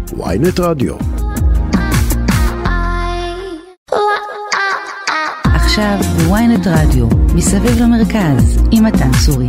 ynet רדיו. עכשיו ב-ynet רדיו, מסביב למרכז, עם מתן צורי.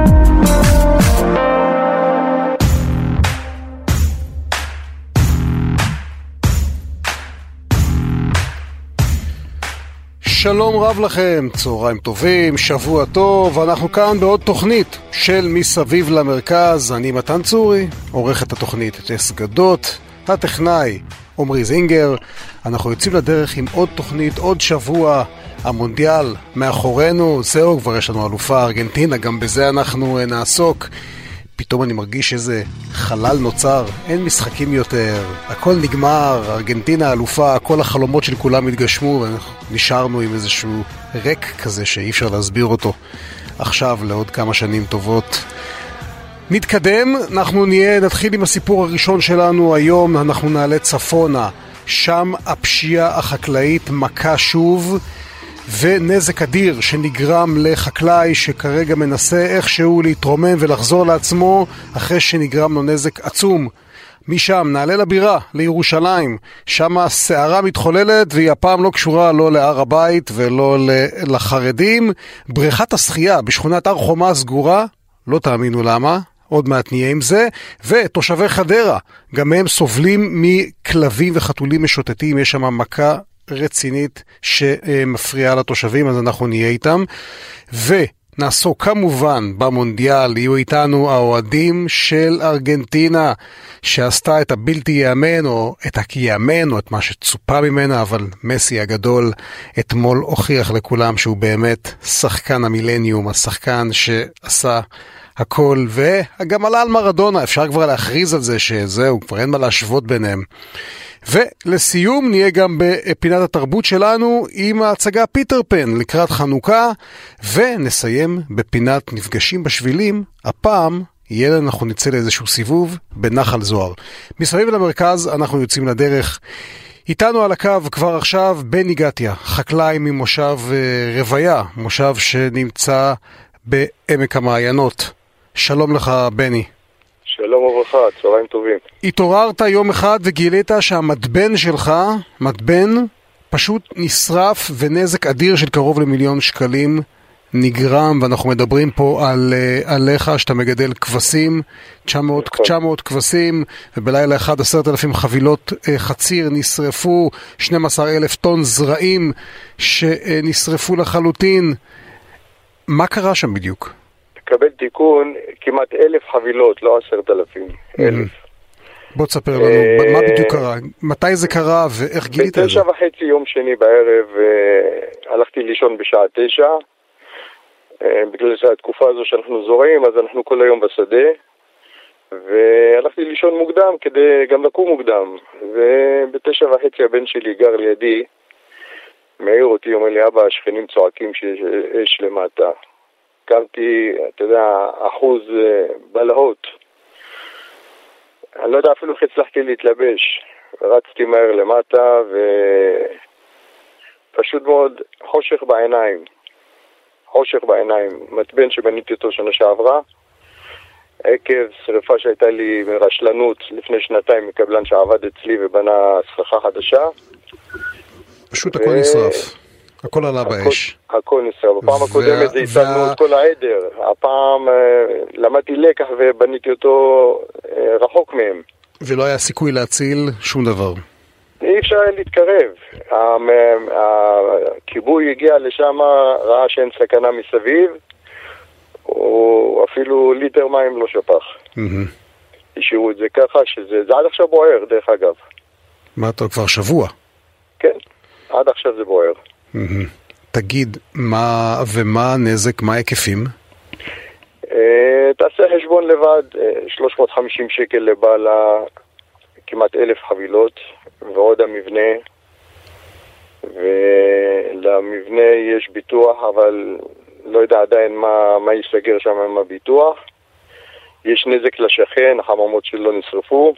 שלום רב לכם, צהריים טובים, שבוע טוב, אנחנו כאן בעוד תוכנית של מסביב למרכז. אני מתן צורי, עורך את התוכנית טס גדות, הטכנאי עומרי זינגר. אנחנו יוצאים לדרך עם עוד תוכנית, עוד שבוע, המונדיאל מאחורינו, זהו, כבר יש לנו אלופה ארגנטינה, גם בזה אנחנו נעסוק. פתאום אני מרגיש איזה חלל נוצר, אין משחקים יותר, הכל נגמר, ארגנטינה אלופה, כל החלומות של כולם התגשמו, ואנחנו נשארנו עם איזשהו ריק כזה שאי אפשר להסביר אותו עכשיו לעוד כמה שנים טובות. נתקדם, אנחנו נתחיל עם הסיפור הראשון שלנו היום, אנחנו נעלה צפונה, שם הפשיעה החקלאית מכה שוב, ונזק אדיר שנגרם לחקלאי שכרגע מנסה איכשהו להתרומם ולחזור לעצמו אחרי שנגרם לו נזק עצום. משם נעלה לבירה, לירושלים, שם הסערה מתחוללת והיא הפעם לא קשורה לא להר הבית ולא לחרדים. בריכת השחייה בשכונת הר חומה סגורה, לא תאמינו למה, עוד מעט נהיה עם זה. ותושבי חדרה, גם הם סובלים מכלבים וחתולים משוטטים, יש שם מכה רצינית שמפריעה לתושבים, אז אנחנו נהיה איתם. ונעסוק כמובן במונדיאל, יהיו איתנו האוהדים של ארגנטינה שעשתה את הבלתי יאמן או את הכיאמן או את מה שצופה ממנה, אבל מסי הגדול אתמול הוכיח לכולם שהוא באמת שחקן המילניום, השחקן שעשה הכל, וגם עלה על מרדונה, אפשר כבר להכריז על זה שזהו, כבר אין מה להשוות ביניהם. ולסיום נהיה גם בפינת התרבות שלנו עם ההצגה פיטר פן לקראת חנוכה, ונסיים בפינת נפגשים בשבילים. הפעם אנחנו נצא לאיזשהו סיבוב בנחל זוהר. מסביב למרכז אנחנו יוצאים לדרך. איתנו על הקו כבר עכשיו בני גטיה, חקלאי ממושב רוויה, מושב שנמצא בעמק המעיינות. שלום לך בני. שלום וברכה, צהריים טובים. התעוררת יום אחד וגילית שהמדבן שלך, מדבן, פשוט נשרף ונזק אדיר של קרוב ל1,000,000 שקלים נגרם, ואנחנו מדברים פה עליך שאתה מגדל כבשים, 900 כבשים, ובלילה אחד 10,000 חבילות חציר נשרפו, 12,000 טון זרעים שנשרפו לחלוטין. מה קרה שם בדיוק? קבל תיקון, כמעט 1,000 חבילות, לא 10,000. 1,000. בוא תספר לנו, מה בדיוק קרה? מתי זה קרה ואיך גילית את זה? ב9:30 יום שני בערב, הלכתי לישון בשעה 9, בגלל שהתקופה הזו שאנחנו זורעים, אז אנחנו כל היום בשדה, והלכתי לישון מוקדם כדי גם לקום מוקדם, וב9:30 הבן שלי גר לידי, מעיר אותי, אומר לי, אבא, השכנים צועקים שיש אש למטה. קמתי, אתה יודע, אחוז בלהות. אני לא יודע אפילו איך הצלחתי להתלבש. רצתי מהר למטה, ופשוט מאוד חושך בעיניים. חושך בעיניים. מטבן שבניתי אותו שנה שעברה, עקב שריפה שהייתה לי ברשלנות לפני 2 מקבלן שעבד אצלי ובנה סככה חדשה. פשוט הכל נשרף. הכל עלה באש. הכל נשרף. בפעם הקודמת זה הצלנו את כל העדר. הפעם למדתי לקח ובניתי אותו רחוק מהם. ולא היה סיכוי להציל שום דבר. אי אפשר להתקרב. הכיבוי הגיע לשם, ראה שאין סכנה מסביב, או אפילו ליטר מים לא שפך. השאירו את זה ככה, שזה עד עכשיו בוער, דרך אגב. מה אתה כבר שבוע? כן, עד עכשיו זה בוער. תגיד, מה ומה הנזק, מה ההיקפים? תעשה חשבון לבד, 350 שקל לבעלה, כמעט 1,000 חבילות, ועוד המבנה, ולמבנה יש ביטוח, אבל לא יודע עדיין מה ייסגר שם עם הביטוח. יש נזק לשכן, החממות שלו נשרפו,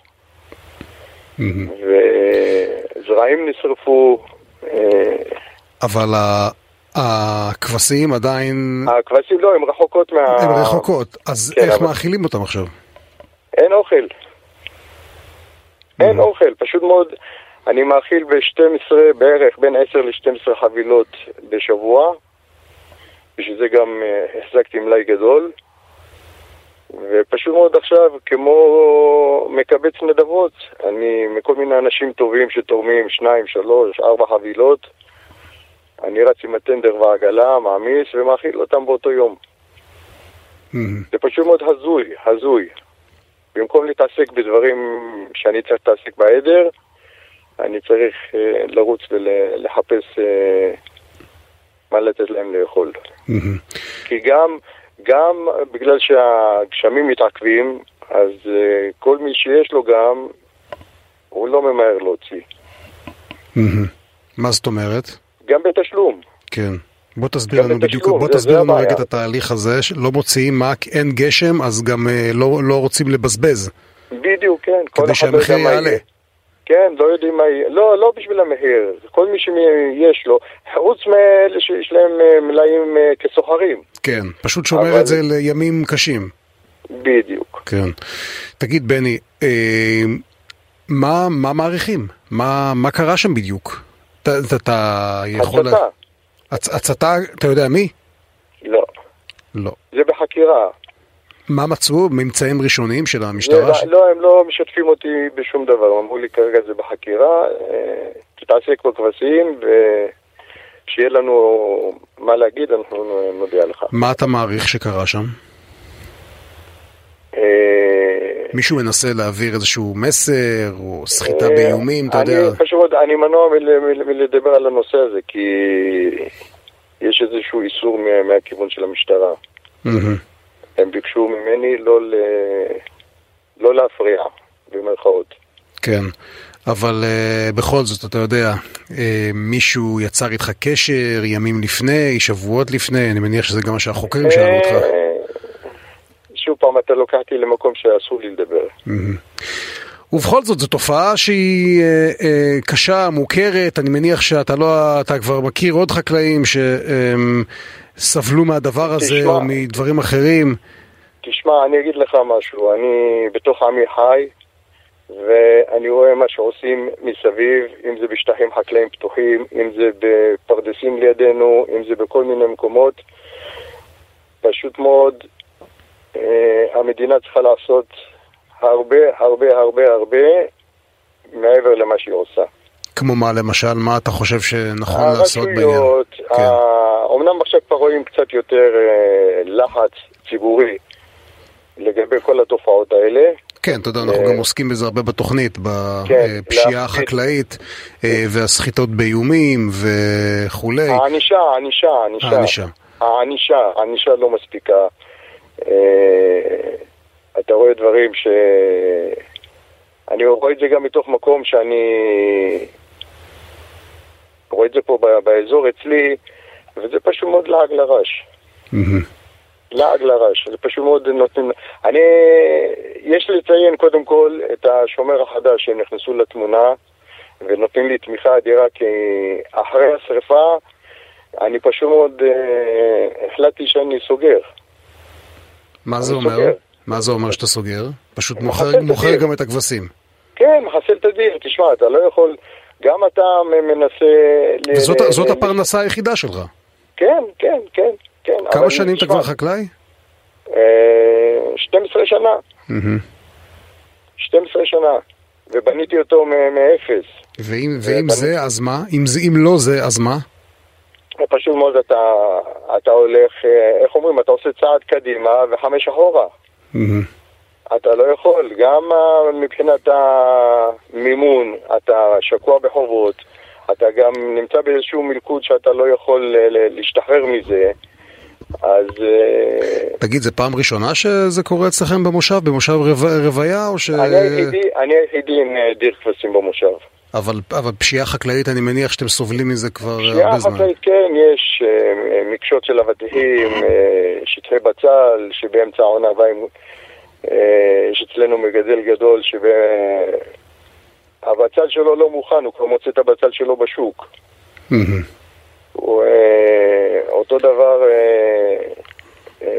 וזרעים נשרפו. אבל הכבשים עדיין... הכבשים לא, הן רחוקות הן רחוקות, אז כן, איך מאכילים אותם עכשיו? אין אוכל. אין אוכל, פשוט מאוד. אני מאכיל ב-12 בערך, בין 10 ל-12 חבילות בשבוע, בשביל זה גם החזקתי מלאי גדול, ופשוט מאוד עכשיו, כמו מקבץ נדבות, אני מכל מיני אנשים טובים שתורמים 2, 3, 4 חבילות, אני רץ עם הטנדר והעגלה, מעמיס ומאכיל אותם באותו יום. זה פשוט מאוד הזוי. במקום להתעסק בדברים שאני צריך להתעסק בעדר, אני צריך לרוץ ולחפש מה לתת להם לאכול. כי גם בגלל שהגשמים מתעכבים, אז כל מי שיש לו גם, הוא לא ממהר להוציא. מה זאת אומרת? גם בתשלום. כן. בוא תסביר לנו בדיוק, בוא תסביר לנו רגע את התהליך הזה, שלא מוציאים מה, אין גשם, אז גם לא רוצים לבזבז. בדיוק, כן. כדי שהמחיר יעלה. כן, לא יודעים מה יהיה. לא בשביל המחיר. כל מי שיש לו, חוץ מאלה שיש להם מלאים כסוחרים. כן, פשוט שומר את זה לימים קשים. בדיוק. כן. תגיד, בני, מה מעריכים? מה קרה שם בדיוק? אתה יכול... הצתה, אתה יודע מי? לא. לא. זה בחקירה. מה מצאו? ממצאים ראשוניים של המשטרה? לא, הם לא משתפים אותי בשום דבר. אמרו לי כרגע זה בחקירה, תתעסק בכבשים, ושיהיה לנו מה להגיד, אנחנו נודיע לך. מה אתה מעריך שקרה שם? מישהו מנסה להעביר איזשהו מסר, או סחיטה באיומים, אתה יודע? פשוט, אני מנוע מלדבר על הנושא הזה, כי יש איזשהו איסור מהכיוון של המשטרה. הם ביקשו ממני לא להפריע, במרכאות. כן, אבל בכל זאת, אתה יודע, מישהו יצר איתך קשר ימים לפני, שבועות לפני, אני מניח שזה גם מה שהחוקרים שאלו אותך. שוב פעם, אתה לוקחתי למקום שאסור לי לדבר. ובכל זאת, זו תופעה שהיא קשה, מוכרת, אני מניח שאתה כבר מכיר עוד חקלאים שסבלו מהדבר הזה או מדברים אחרים. תשמע, אני אגיד לך משהו, אני בתוך עמי חי, ואני רואה מה שעושים מסביב, אם זה בשטחים חקלאים פתוחים, אם זה בפרדסים לידינו, אם זה בכל מיני מקומות. פשוט מאוד, המדינה צריכה לעשות הרבה מעבר למה שהיא עושה. כמו מה למשל? מה אתה חושב שנכון לעשות בעניין? הרשויות, אמנם עכשיו כבר רואים קצת יותר לחץ ציבורי לגבי כל התופעות האלה. כן, אתה יודע, אנחנו גם עוסקים בזה הרבה בתוכנית, בפשיעה החקלאית והסחיטות באיומים וכולי. הענישה לא מספיקה. אתה רואה דברים אני רואה את זה גם מתוך מקום שאני רואה את זה פה באזור אצלי, וזה פשוט מאוד לעג לרש. לעג לרש, זה פשוט מאוד נותנים... יש לציין קודם כל את השומר החדש שהם נכנסו לתמונה, ונותנים לי תמיכה אדירה, כי אחרי השריפה אני פשוט מאוד החלטתי שאני סוגר. מה זה אומר? מה זה אומר שאתה סוגר? פשוט מוכר גם את הכבשים. כן, מחסל את הדיר. תשמע, אתה לא יכול... גם אתה מנסה... וזאת הפרנסה היחידה שלך. כן. כמה שנים אתה כבר חקלאי? 12 שנה. 12 שנה. ובניתי אותו מאפס. ואם זה, אז מה? אם לא זה, אז מה? פשוט מאוד אתה הולך, איך אומרים, אתה עושה צעד קדימה ו5 אחורה. אתה לא יכול, גם מבחינת המימון, אתה שקוע בחובות, אתה גם נמצא באיזשהו מלכוד שאתה לא יכול להשתחרר מזה, אז... תגיד, זה פעם ראשונה שזה קורה אצלכם במושב רוויה, או ש... אני היחידי עם דיר כבשים במושב. אבל פשיעה חקלאית, אני מניח שאתם סובלים מזה כבר הרבה זמן. פשיעה חקלאית, כן, יש מקשות של אבטיחים, שטחי בצל, שבאמצע העונה יש אצלנו מגדל גדול שהבצל שלו לא מוכן, הוא כבר מוצא את הבצל שלו בשוק. אותו דבר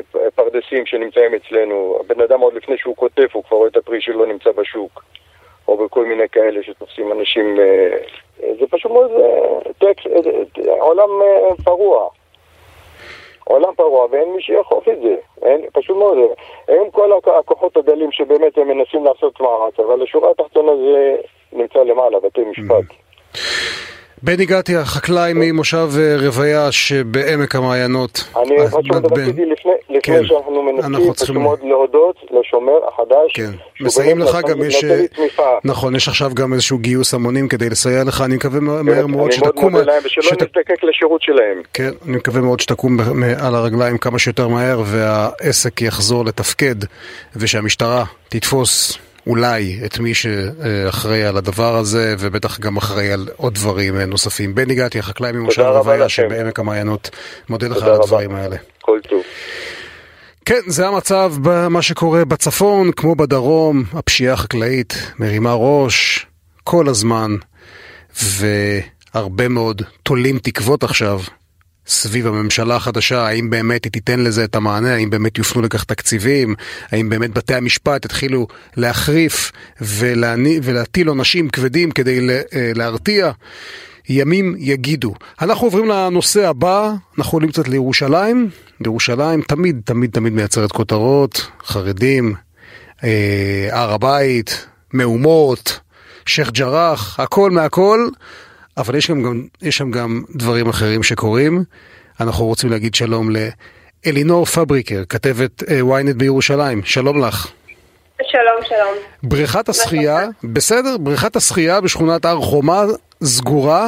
פרדסים שנמצאים אצלנו, הבן אדם עוד לפני שהוא כותף, הוא כבר רואה את הפרי שלו נמצא בשוק. או בכל מיני כאלה שתופסים אנשים, זה פשוט מאוד עולם פרוע. עולם פרוע, ואין מי שיחוף את זה. פשוט מאוד, הם כל הכוחות הדלים שבאמת הם מנסים לעשות מאמץ, אבל השורה התחתונה זה נמצא למעלה, בתי משפט. בני גתי, החקלאי ממושב רוויה שבעמק המעיינות. אני פשוט רציתי לפני שאנחנו מנסים פשוט מאוד להודות לשומר החדש. כן, מסייעים לך גם יש... נכון, יש עכשיו גם איזשהו גיוס המונים כדי לסייע לך, אני מקווה מהר מאוד שתקום... אני מאוד מודה להם ושלא נזדקק לשירות שלהם. כן, אני מקווה מאוד שתקום על הרגליים כמה שיותר מהר והעסק יחזור לתפקד ושהמשטרה תתפוס אולי את מי שאחראי על הדבר הזה, ובטח גם אחראי על עוד דברים נוספים. בני גתי, החקלאי ממושב רוויה שבעמק המעיינות, מודה לך על הדברים האלה. כל טוב. כן, זה המצב במה שקורה בצפון, כמו בדרום, הפשיעה החקלאית מרימה ראש כל הזמן, והרבה מאוד תולים תקוות עכשיו סביב הממשלה החדשה, האם באמת היא תיתן לזה את המענה, האם באמת יופנו לכך תקציבים, האם באמת בתי המשפט התחילו להחריף ולהטיל עונשים כבדים כדי להרתיע. ימים יגידו. אנחנו עוברים לנושא הבא, אנחנו עולים קצת לירושלים. ירושלים תמיד מייצרת כותרות, חרדים, הר הבית, מהומות, שייח' ג'ראח, הכל מהכל. אבל יש שם גם דברים אחרים שקורים. אנחנו רוצים להגיד שלום לאלינור פבריקר, כתבת ynet בירושלים. שלום לך. שלום. בריכת השחייה, בסדר? בריכת השחייה בשכונת הר חומה סגורה.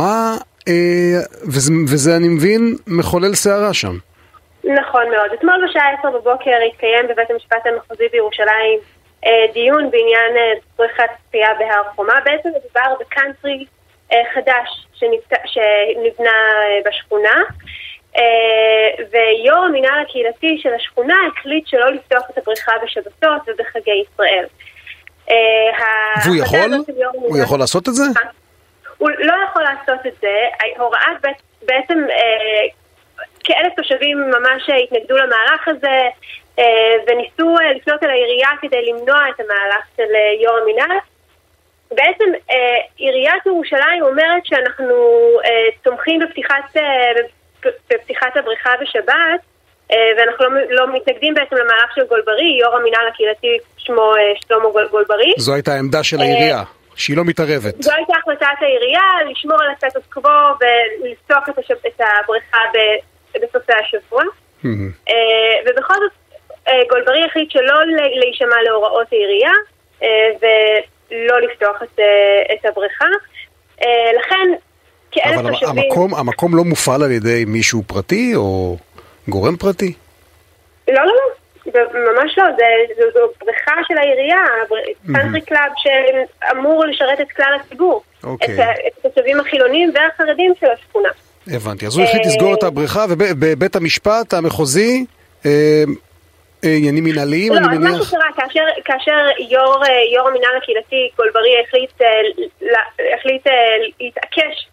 וזה אני מבין מחולל שערה שם. נכון מאוד. אתמול בשעה 10 בבוקר התקיים בבית המשפט המחוזי בירושלים דיון בעניין בריכת השחייה בהר חומה. בעצם מדובר בקאנטרי חדש שנבנה בשכונה, ויו"ר המינהל הקהילתי של השכונה החליט שלא לפתוח את הבריכה בשבתות ובחגי ישראל. והוא יכול לעשות את זה? הוא לא יכול לעשות את זה. הוראת בעצם כאלף תושבים ממש התנגדו למהלך הזה וניסו לפנות אל העירייה כדי למנוע את המהלך של יו"ר המינהל. בעצם עיריית ירושלים אומרת שאנחנו תומכים בפתיחת הבריכה בשבת, ואנחנו לא מתנגדים בעצם למהלך של גולברי, יו"ר המינהל הקהילתי שמו שלמה גולברי. זו הייתה העמדה של העירייה, שהיא לא מתערבת. זו הייתה החלטת העירייה לשמור על הסטטוס קוו ולפתוח את הבריכה בסופי השבוע. ובכל זאת גולברי החליט שלא להישמע להוראות העירייה, לא לפתוח את הבריכה. לכן, כאלף תושבים... אבל המקום לא מופעל על ידי מישהו פרטי או גורם פרטי? לא. ממש לא. זו בריכה של העירייה, קאנטרי קלאב שאמור לשרת את כלל הציבור. את התושבים החילונים והחרדים של השכונה. הבנתי. אז הוא החליט לסגור את הבריכה, ובבית המשפט המחוזי... עניינים מנהליים, אני מניח... לא, מה שקרה, כאשר יו"ר המינהל הקהילתי גולברי החליט להתעקש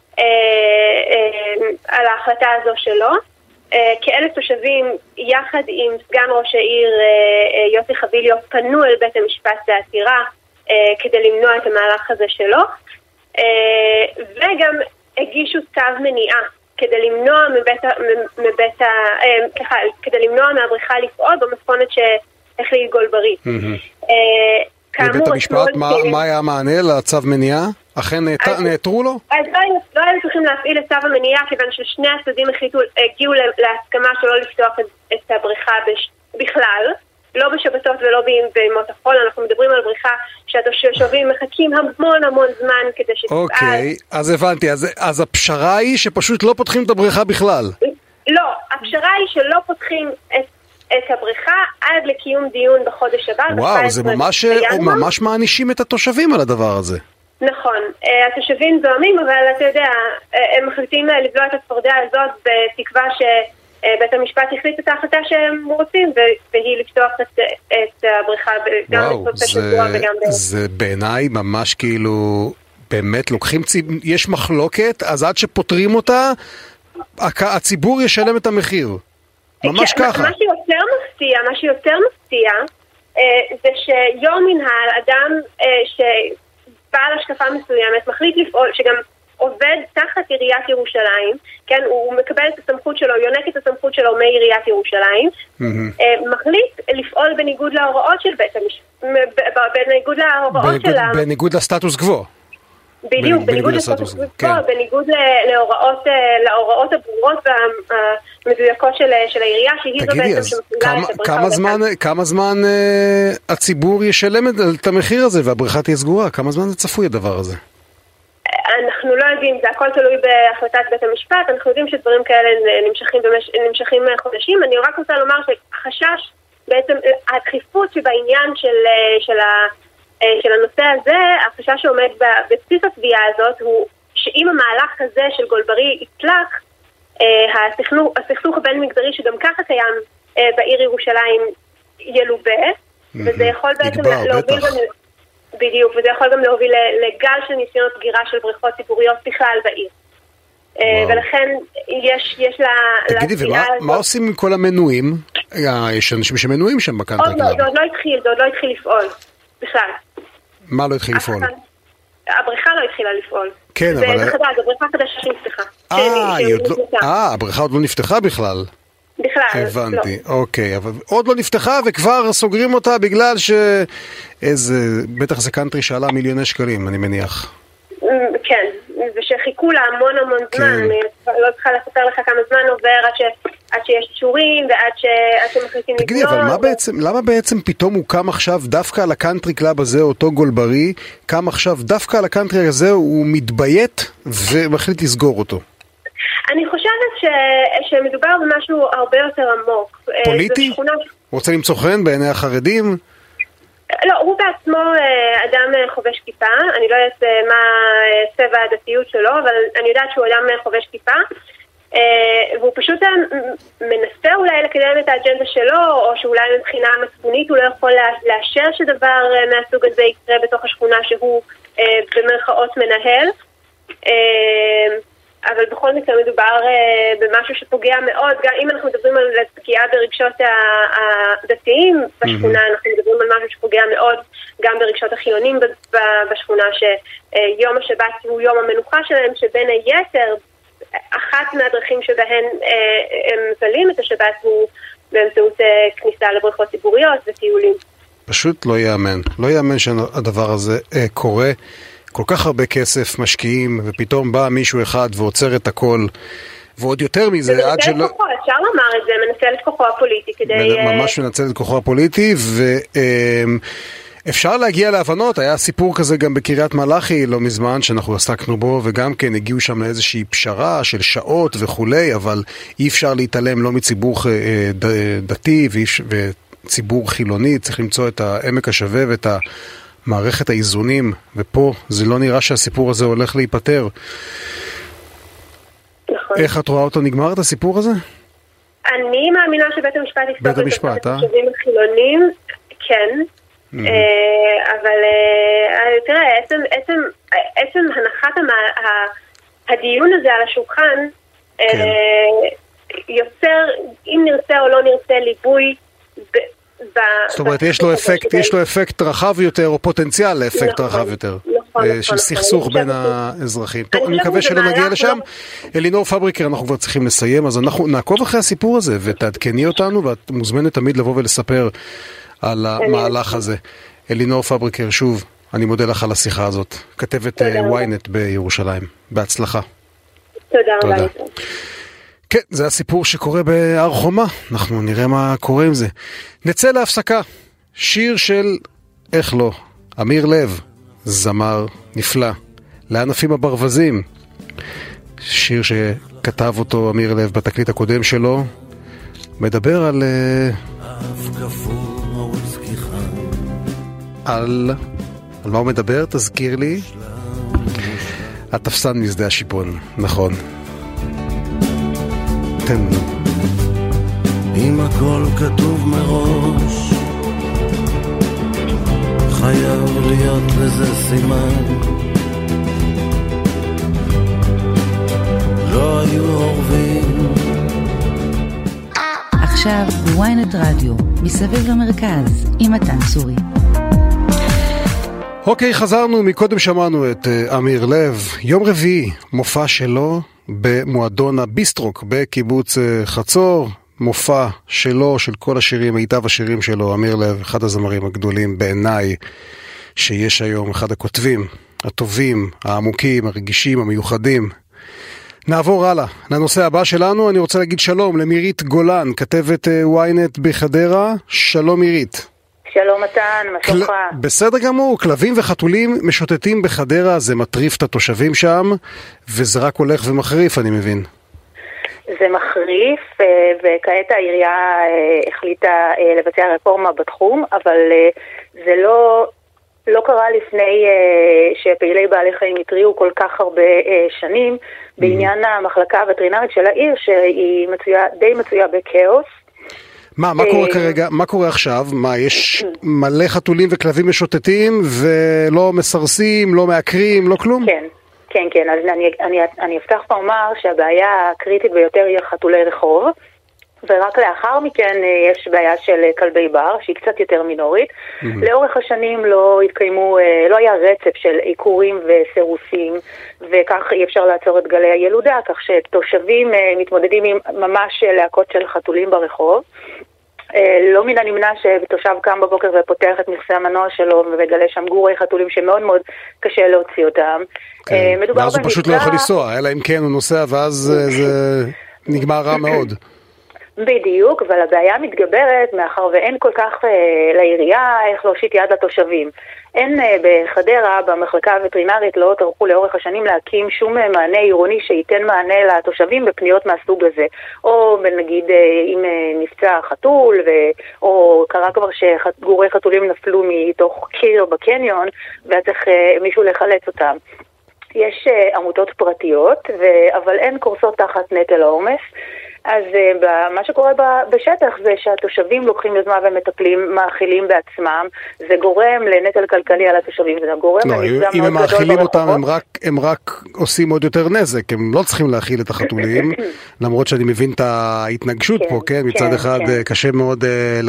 על ההחלטה הזו שלו, כאלף תושבים יחד עם סגן ראש העיר יוסי חביליו פנו אל בית המשפט בעתירה כדי למנוע את המהלך הזה שלו, וגם הגישו צו מניעה כדי למנוע כדי למנוע מהבריכה לפעול במתכונת שהחליט גולברי. בבית המשפט, מה היה המענה לצו מניעה? אכן נעתרו לו? אז לא היו צריכים להפעיל את צו המניעה, כיוון ששני הצדדים הגיעו להסכמה שלא לפתוח את הבריכה בכלל, לא בשבתות ולא בימות החול. אנחנו מדברים על בריכה שהתושבים מחכים המון זמן כדי שתפעל. אוקיי, אז הבנתי. אז הפשרה היא שפשוט לא פותחים את הבריכה בכלל. לא, הפשרה היא שלא פותחים את הבריכה עד לקיום דיון בחודש הבא. וואו, זה ממש מענישים את התושבים על הדבר הזה. נכון, התושבים זוהמים, אבל אתה יודע, הם מחליטים לבלוע את הצפרדע הזאת בתקווה בית המשפט החליט את ההחלטה שהם רוצים, והיא לפתוח את הבריכה גם בסוף השבוע וגם זה בעיניי ממש כאילו, באמת לוקחים, יש מחלוקת, אז עד שפותרים אותה, הציבור ישלם את המחיר. ממש ככה. מה שיותר מפתיע, זה שיו"ר מינהל, אדם שבאמת מחליט לפעול, שגם עובד תחת עיריית ירושלים, כן, הוא מקבל את הסמכות שלו, יונק את הסמכות שלו מעיריית ירושלים, מחליט לפעול בניגוד להוראות של בית המשפט, בניגוד להוראות של... בניגוד לסטטוס קוו. בדיוק, בניגוד לסטטוס קוו, בניגוד להוראות הברורות והמדויקות של העירייה, שהיא זו בעצם שמפעילה את הבריכה. כמה זמן הציבור ישלם את המחיר הזה והבריכה תהיה סגורה? כמה זמן זה צפוי הדבר הזה? אנחנו לא יודעים, זה הכל תלוי בהחלטת בית המשפט, אנחנו יודעים שדברים כאלה נמשכים חודשים. אני רק רוצה לומר שהחשש, בעצם הדחיפות שבעניין של הנושא הזה, החשש שעומד בבסיס התביעה הזאת, הוא שאם המהלך הזה של גולברי יצלח, הסכסוך הבין מגדרי שגם ככה קיים בעיר ירושלים ילובה, וזה יכול בעצם להוביל בדיוק, וזה יכול גם להוביל לגל של ניסיונות סגירה של בריכות ציבוריות בכלל בעיר. ולכן יש לה... תגידי, ומה עושים עם כל המנויים? יש אנשים שמנויים שם בקאנטרי קלאב. זה עוד לא התחיל לפעול, בכלל. מה לא התחיל לפעול? הבריכה לא התחילה לפעול. כן, אבל... זה חדש, הבריכה חדשה שנפתחה. הבריכה עוד לא נפתחה בכלל. בכלל, הבנתי, אוקיי, אבל עוד לא נפתחה וכבר סוגרים אותה בגלל בטח זה קאנטרי שעלה מיליוני שקלים, אני מניח. כן, ושחיכו לה המון זמן, אני לא צריכה לספר לך כמה זמן עובר עד שיש אישורים ועד שמחליטים לבנות. תגידי, אבל למה בעצם פתאום הוא קם עכשיו דווקא על הקאנטרי קלאב הזה, אותו גולברי, קם עכשיו דווקא על הקאנטרי הזה, הוא מתביית ומחליט לסגור אותו? אני חושבת שמדובר במשהו הרבה יותר עמוק. פוליטי? רוצה למצוא חן בעיני החרדים? לא, הוא בעצמו אדם חובש כיפה, אני לא יודעת מה צבע הדתיות שלו, אבל אני יודעת שהוא אדם חובש כיפה, והוא פשוט מנסה אולי לקדם את האג'נדה שלו, או שאולי מבחינה מצפונית הוא לא יכול לאשר שדבר מהסוג הזה יקרה בתוך השכונה שהוא במרכאות מנהל. אבל בכל מקרה מדובר במשהו שפוגע מאוד, גם אם אנחנו מדברים על פגיעה ברגשות הדתיים בשכונה, אנחנו מדברים על משהו שפוגע מאוד גם ברגשות החילונים בשכונה, שיום השבת הוא יום המנוחה שלהם, שבין היתר, אחת מהדרכים שבהן הם מבלים את השבת הוא באמצעות כניסה לבריכות ציבוריות וטיולים. פשוט לא יאמן. לא יאמן שהדבר הזה קורה. כל כך הרבה כסף משקיעים, ופתאום בא מישהו אחד ועוצר את הכל, ועוד יותר מזה, עד שלא... אפשר לומר את זה, מנצל את כוחו הפוליטי כדי... ממש מנצל את כוחו הפוליטי, ואפשר להגיע להבנות. היה סיפור כזה גם בקריית מלאכי לא מזמן, שאנחנו עסקנו בו, וגם כן הגיעו שם לאיזושהי פשרה של שעות וכולי, אבל אי אפשר להתעלם לא מציבור דתי וציבור חילוני, צריך למצוא את העמק השווה ואת מערכת האיזונים, ופה זה לא נראה שהסיפור הזה הולך להיפטר. נכון. איך את רואה אותו נגמר את הסיפור הזה? אני מאמינה שבית המשפט יפתור בית המשפט, את התושבים החילונים, כן. אבל תראה, עצם הנחת הדיון הזה על השולחן יוצר, אם נרצה או לא נרצה, ליבוי זאת אומרת, יש לו אפקט רחב יותר, או פוטנציאל לאפקט רחב יותר, של סכסוך בין האזרחים. טוב, אני מקווה שלא נגיע לשם. אלינור פבריקר, אנחנו כבר צריכים לסיים, אז אנחנו נעקוב אחרי הסיפור הזה, ותעדכני אותנו, ואת מוזמנת תמיד לבוא ולספר על המהלך הזה. אלינור פבריקר, שוב, אני מודה לך על השיחה הזאת. כתבת ynet בירושלים. בהצלחה. תודה רבה. כן, זה הסיפור שקורה בהר חומה. אנחנו נראה מה קורה עם זה. נצא להפסקה. שיר של, איך לא, אמיר לב, זמר נפלא, לענפים הברווזים. שיר שכתב אותו אמיר לב בתקליט הקודם שלו. מדבר על... על מה הוא מדבר? תזכיר לי. התפסן משדה השיפון, נכון. תן. אם הכל כתוב מראש, חייב להיות לזה סימן. לא היו עורבים. עכשיו בוויינט רדיו, מסביב למרכז, עם מתן צורי. אוקיי, חזרנו, מקודם שמענו את אמיר לב, יום רביעי, מופע שלו במועדון הביסטרוק בקיבוץ חצור, מופע שלו, של כל השירים, מיטב השירים שלו, אמיר לב, אחד הזמרים הגדולים בעיניי שיש היום, אחד הכותבים הטובים, העמוקים, הרגישים, המיוחדים. נעבור הלאה, לנושא הבא שלנו. אני רוצה להגיד שלום למירית גולן, כתבת ynet בחדרה. שלום מירית. שלום מתן, מה שלומך? בסדר גמור, כלבים וחתולים משוטטים בחדרה, זה מטריף את התושבים שם, וזה רק הולך ומחריף, אני מבין. זה מחריף, וכעת העירייה החליטה לבצע רפורמה בתחום, אבל זה לא קרה לפני שפעילי בעלי חיים התריעו כל כך הרבה שנים, בעניין המחלקה הווטרינרית של העיר, שהיא די מצויה בכאוס. מה קורה כרגע? מה קורה עכשיו? מה, יש מלא חתולים וכלבים משוטטים ולא מסרסים, לא מעקרים, לא כלום? כן, אז אני אפתח ואומר שהבעיה הקריטית ביותר היא חתולי רחוב, ורק לאחר מכן יש בעיה של כלבי בר, שהיא קצת יותר מינורית. לאורך השנים לא היה רצף של עיקורים וסירוסים, וכך אי אפשר לעצור את גלי הילודה, כך שתושבים מתמודדים עם ממש להקות של חתולים ברחוב. לא מן הנמנע שתושב קם בבוקר ופותח את מכסה המנוע שלו ומגלה שם גורי חתולים שמאוד מאוד קשה להוציא אותם. ואז הוא פשוט לא יכול לנסוע, אלא אם כן הוא נוסע ואז זה נגמר רע מאוד. בדיוק, אבל הבעיה מתגברת מאחר ואין כל כך לעירייה איך להושיט יד לתושבים. אין בחדרה, במחלקה הווטרינרית, לא טרחו לאורך השנים להקים שום מענה עירוני שייתן מענה לתושבים בפניות מהסוג הזה. או נגיד אם נפצע חתול, או קרה כבר שגורי חתולים נפלו מתוך קיר בקניון, והיה צריך מישהו לחלץ אותם. יש עמותות פרטיות, אבל אין קורסות תחת נטל העומס. אז מה שקורה בשטח זה שהתושבים לוקחים יוזמה ומטפלים, מאכילים בעצמם, זה גורם לנטל כלכלי על התושבים, זה גורם לנפגע אם מאוד הם מאכילים גדול אותם, הם רק עושים עוד יותר נזק, הם לא צריכים להאכיל את החתולים, למרות שאני מבין את ההתנגשות פה, כן? מצד אחד קשה מאוד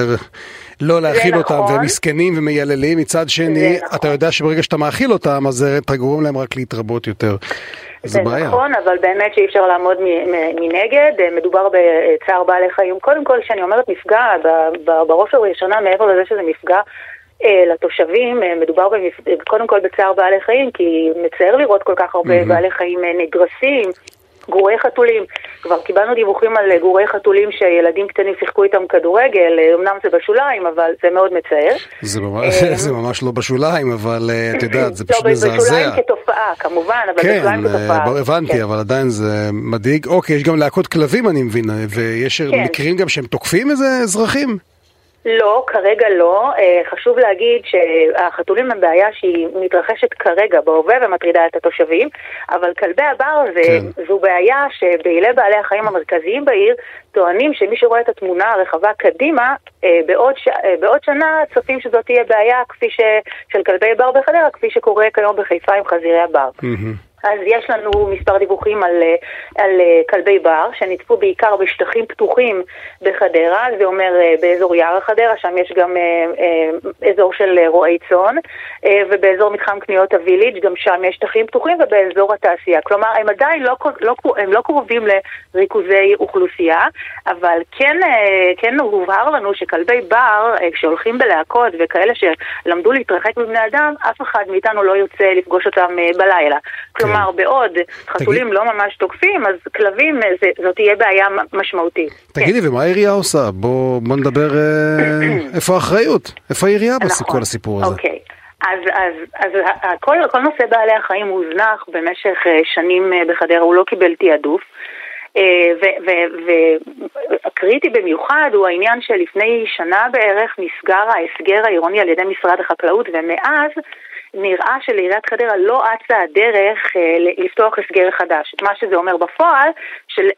לא להאכיל אותם, והם מסכנים ומייללים, מצד שני, אתה יודע שברגע שאתה מאכיל אותם, אז אתה גורם להם רק להתרבות יותר. זה נכון, אבל באמת שאי אפשר לעמוד מנגד, מדובר בצער בעלי חיים. קודם כל, שאני אומרת מפגע, בראש ובראשונה, מעבר לזה שזה מפגע לתושבים, מדובר קודם כל בצער בעלי חיים, כי מצער לראות כל כך הרבה בעלי חיים נדרסים, גורי חתולים. כבר קיבלנו דיווחים על גורי חתולים שילדים קטנים שיחקו איתם כדורגל, אמנם זה בשוליים, אבל זה מאוד מצער. זה ממש לא בשוליים, אבל את יודעת, זה פשוט מזעזע. בשוליים כתופעה, כמובן, אבל בשוליים כתופעה. כן, הבנתי, אבל עדיין זה מדאיג. אוקיי, יש גם להקות כלבים, אני מבין, ויש מקרים גם שהם תוקפים איזה אזרחים? לא, כרגע לא. חשוב להגיד שהחתולים הם בעיה שהיא מתרחשת כרגע בהווה ומטרידה את התושבים, אבל כלבי הבר זו בעיה שבעילי בעלי החיים המרכזיים בעיר טוענים שמי שרואה את התמונה הרחבה קדימה, בעוד שנה צופים שזאת תהיה בעיה של כלבי בר בחדרה, כפי שקורה כיום בחיפה עם חזירי הבר. אז יש לנו מספר דיווחים על כלבי בר שנצפו בעיקר בשטחים פתוחים בחדרה, זה אומר באזור יער חדרה, שם יש גם אזור של רועי צאן, ובאזור מתחם קניות הוויליג' גם שם יש שטחים פתוחים, ובאזור התעשייה. כלומר, הם עדיין לא קרובים לריכוזי אוכלוסייה, אבל כן הובהר לנו שכלבי בר, כשהולכים בלהקות וכאלה שלמדו להתרחק מבני אדם, אף אחד מאיתנו לא יוצא לפגוש אותם בלילה. כלומר, בעוד חתולים לא ממש תוקפים, אז כלבים, זאת תהיה בעיה משמעותית. תגידי, ומה העירייה עושה? בוא נדבר איפה האחריות? איפה העירייה בכל הסיפור הזה? אוקיי. אז כל נושא בעלי החיים הוא הוזנח במשך שנים בחדרה, הוא לא קיבל תיעדוף. והקריטי במיוחד הוא העניין שלפני שנה בערך נסגר ההסגר העירוני על ידי משרד החקלאות, ומאז נראה שלעיריית חדרה לא אצה הדרך לפתוח הסגר חדש. מה שזה אומר בפועל,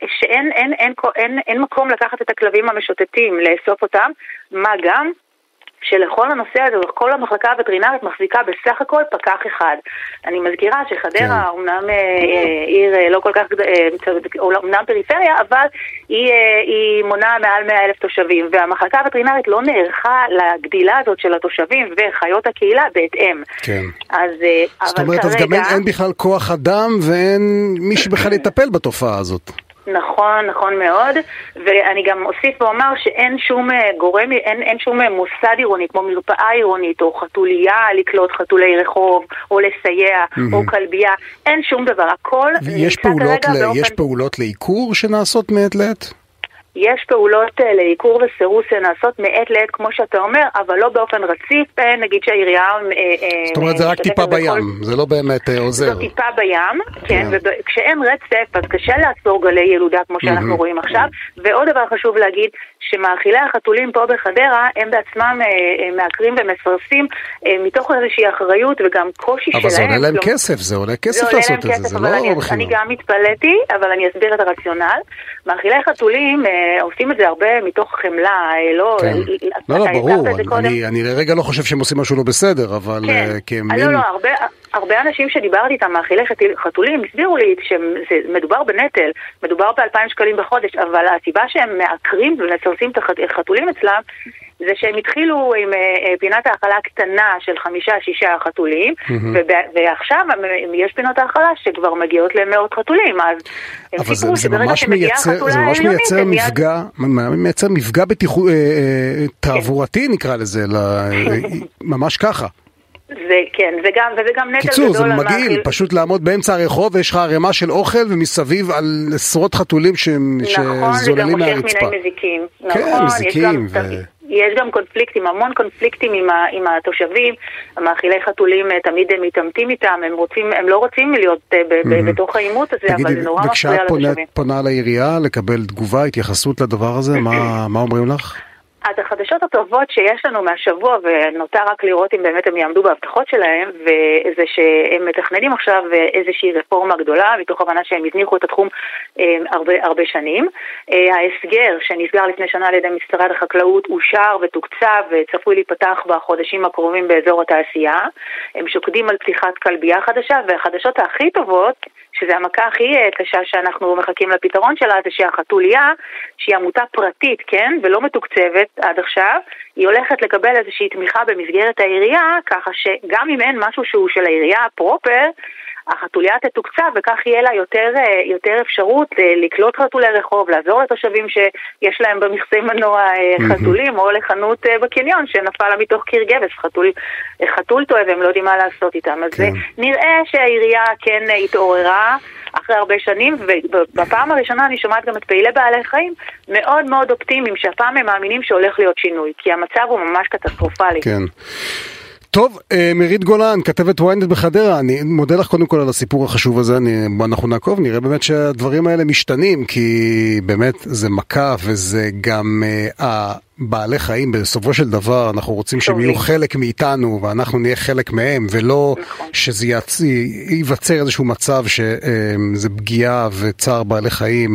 שאין מקום לקחת את הכלבים המשוטטים, לאסוף אותם, מה גם שלכל הנושא הזה, כל המחלקה הווטרינרית מחזיקה בסך הכל פקח אחד. אני מזכירה שחדרה אומנם עיר לא כל כך, אומנם פריפריה, אבל היא מונה מעל 100,000 תושבים, והמחלקה הווטרינרית לא נערכה לגדילה הזאת של התושבים וחיות הקהילה בהתאם. כן. אז, זאת אומרת, אז גם אין בכלל כוח אדם ואין מי שבכלל יטפל בתופעה הזאת. נכון, נכון מאוד, ואני גם אוסיף ואומר שאין שום גורם, אין שום מוסד עירוני, כמו מרפאה עירונית, או חתוליה לקלוט חתולי רחוב, או לסייע, או כלבייה, אין שום דבר, הכל נמצא כרגע באופן... יש פעולות לעיקור שנעשות מעת לעת? יש פעולות לעיקור וסירוס שנעשות מעת לעת, כמו שאתה אומר, אבל לא באופן רציף, נגיד שהעירייה... זאת אומרת, זה רק טיפה בים, זה לא באמת עוזר. זו טיפה בים, כן, וכשאין רצף, אז קשה לעצור גלי ילודה, כמו שאנחנו רואים עכשיו, ועוד דבר חשוב להגיד, שמאכילי החתולים פה בחדרה, הם בעצמם מעקרים ומסרסים, מתוך איזושהי אחריות וגם קושי שלהם. אבל זה עולה להם כסף, זה עולה כסף לעשות את זה, זה לא בחינם. אני גם מתפלאתי, אבל אני אסביר את הרציונל. מאכילי חתולים עושים את זה הרבה מתוך חמלה, לא... לא, ברור, אני לרגע לא חושב שהם עושים משהו לא בסדר, אבל... לא, הרבה אנשים שדיברתי איתם, מאכילי חתולים, הסבירו לי שמדובר בנטל, מדובר ב2,000 שקלים בחודש, אבל הסיבה שהם מעקרים ומסרסים את החתולים אצלם, זה שהם התחילו עם פינת האכלה קטנה של 5-6 חתולים, ועכשיו יש פינות האכלה שכבר מגיעות למאות חתולים, אז אבל זה ממש מייצר מפגע תעבורתי נקרא לזה, ממש ככה. כן, וזה גם נטל קיצור, גדול. זה מגעיל, פשוט לעמוד באמצע הרחוב ויש לך ערימה של אוכל ומסביב על עשרות חתולים שזוללים מהרצפה. נכון, זה גם מושך מיני מזיקים. כן, מזיקים. יש גם קונפליקטים, המון קונפליקטים עם התושבים, המאכילי חתולים תמיד הם מתעמתים איתם, הם לא רוצים להיות בתוך האימות הזה, אבל זה נורא מפריע לתושבים. וכשאת פונה לעירייה לקבל תגובה, התייחסות לדבר הזה, מה אומרים לך? אז החדשות הטובות שיש לנו מהשבוע, ונותר רק לראות אם באמת הם יעמדו בהבטחות שלהם, וזה שהם מתכננים עכשיו איזושהי רפורמה גדולה, מתוך הבנה שהם הזניחו את התחום הרבה שנים. ההסגר שנסגר לפני שנה על ידי משרד החקלאות אושר ותוקצב, וצפוי להיפתח בחודשים הקרובים באזור התעשייה. הם שוקדים על פתיחת כלבייה חדשה, והחדשות הכי טובות, שזה המכה הכי קשה שאנחנו מחכים לפתרון שלה, זה שהחתוליה, שהיא עמותה פרטית, כן, ולא מתוקצבת עד עכשיו, היא הולכת לקבל איזושהי תמיכה במסגרת העירייה, ככה שגם אם אין משהו שהוא של העירייה פרופר, החתוליה תתוקצב, וכך יהיה לה יותר אפשרות לקלוט חתולי רחוב, לעזור לתושבים שיש להם במכסי מנוע חתולים, או לחנות בקניון שנפל לה מתוך קיר גבס, חתול טועה והם לא יודעים מה לעשות איתם. אז נראה שהעירייה כן התעוררה אחרי הרבה שנים, ובפעם הראשונה אני שומעת גם את פעילי בעלי חיים מאוד מאוד אופטימיים, שהפעם הם מאמינים שהולך להיות שינוי, כי המצב הוא ממש קטסטרופלי. כן. טוב, מירית גולן, כתבת ynet בחדרה, אני מודה לך קודם כל על הסיפור החשוב הזה, אנחנו נעקוב, נראה באמת שהדברים האלה משתנים, כי באמת זה מכה וזה גם בעלי חיים, בסופו של דבר אנחנו רוצים שהם יהיו חלק מאיתנו ואנחנו נהיה חלק מהם, ולא שזה ייווצר איזשהו מצב שזה פגיעה וצער בעלי חיים.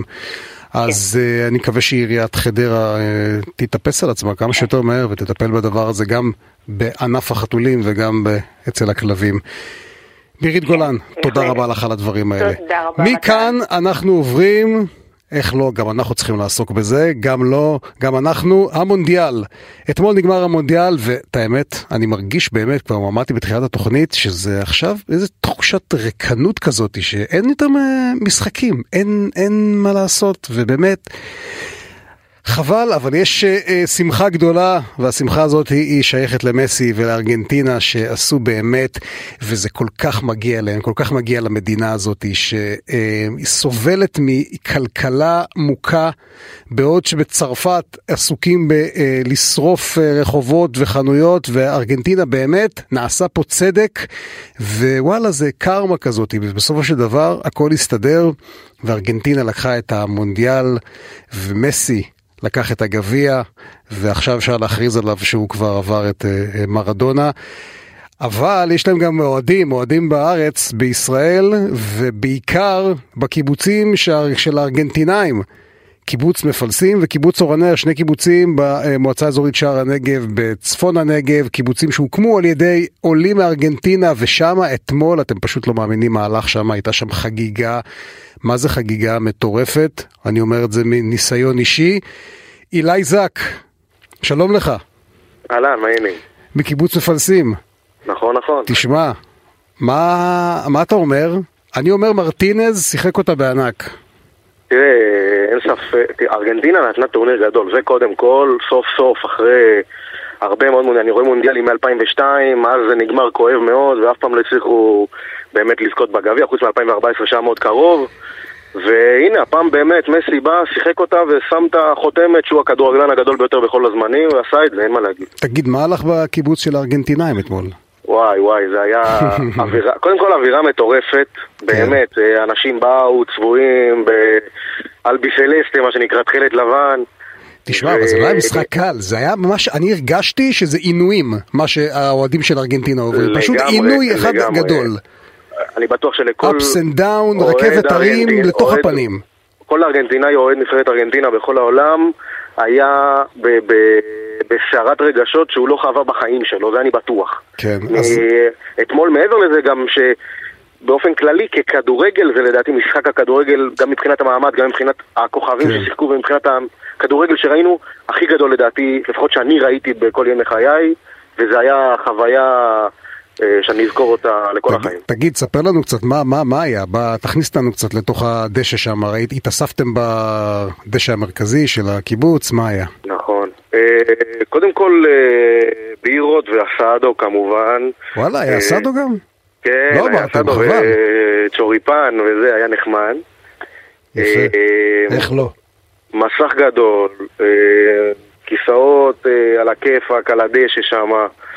אז אני מקווה שעיריית חדרה תתאפס על עצמה כמה שיותר מהר ותטפל בדבר הזה גם בענף החתולים וגם אצל הכלבים. מירית גולן, תודה רבה לך על הדברים האלה. מכאן אנחנו עוברים, איך לא, גם אנחנו צריכים לעסוק בזה, גם אנחנו, המונדיאל. אתמול נגמר המונדיאל, ואת האמת, אני מרגיש באמת, כבר אמרתי בתחילת התוכנית, שזה עכשיו איזו תחושת ריקנות כזאת, שאין יותר משחקים, אין מה לעשות, ובאמת, חבל, אבל יש שמחה גדולה, והשמחה הזאת היא שייכת למסי ולארגנטינה שעשו באמת, וזה כל כך מגיע להם, כל כך מגיע למדינה הזאת, שהיא סובלת מכלכלה מוכה, בעוד שבצרפת עסוקים לשרוף רחובות וחנויות, וארגנטינה באמת נעשה פה צדק, ווואלה זה קרמה כזאת, ובסופו של דבר הכל הסתדר, וארגנטינה לקחה את המונדיאל, ומסי לקח את הגביע, ועכשיו אפשר להכריז עליו שהוא כבר עבר את מרדונה. אבל יש להם גם אוהדים בארץ, בישראל, ובעיקר בקיבוצים של הארגנטינאים. קיבוץ מפלסים וקיבוץ אורנר, שני קיבוצים במועצה האזורית שער הנגב בצפון הנגב, קיבוצים שהוקמו על ידי עולים מארגנטינה, ושם אתמול, אתם פשוט לא מאמינים מה הלך שם, הייתה שם חגיגה, מה זה חגיגה מטורפת, אני אומר את זה מניסיון אישי. אילי זק, שלום לך. אהלן, מה העניינים? מקיבוץ מפלסים. נכון. תשמע, מה אתה אומר? אני אומר מרטינז שיחק אותה בענק. תראה, אין ספק, ארגנטינה נתנה טורניר גדול, זה קודם כל, סוף סוף, אחרי הרבה מאוד מונדיאלים, אני רואה מונדיאלים מ-2002, אז זה נגמר כואב מאוד, ואף פעם לא הצליחו באמת לזכות בגביע, חוץ מ-2014 שהיה מאוד קרוב, והנה, הפעם באמת מסי בא, שיחק אותה ושם את החותמת שהוא הכדורגלן הגדול ביותר בכל הזמנים, ועשה את זה, אין מה להגיד. תגיד, מה הלך בקיבוץ של הארגנטינאים אתמול? וואי, זה היה אווירה, קודם כל אווירה מטורפת, באמת, אנשים באו, צבועים, אלביסלסטה, מה שנקרא, תחילת לבן. תשמע, אבל זה לא היה משחק קל, זה היה ממש, אני הרגשתי שזה עינויים, מה שהאוהדים של ארגנטינה עוברים, פשוט עינוי אחד גדול. אני בטוח שלכל... ups and down, רכבת הרים לתוך הפנים. כל ארגנטינאי אוהד נבחרת ארגנטינה בכל העולם, היה בסערת רגשות שהוא לא חווה בחיים שלו, זה אני בטוח. כן. אתמול מעבר לזה גם שבאופן כללי ככדורגל, זה לדעתי משחק הכדורגל, גם מבחינת המעמד, גם מבחינת הכוכבים ששיחקו, ומבחינת הכדורגל שראינו, הכי גדול לדעתי, לפחות שאני ראיתי בכל ימי חיי, וזה היה חוויה שאני אזכור אותה לכל החיים. תגיד, ספר לנו קצת, מה היה? תכניס לנו קצת לתוך הדשא שם, התאספתם בדשא המרכזי של הקיבוץ, מה היה? נכון. קודם כל, בירות ואסדו כמובן. וואלה, היה אסדו גם? כן, היה אסדו וצ'וריפן וזה, היה נחמד. יפה, איך לא? מסך גדול, כיסאות על הכיפק, על הדשא שם,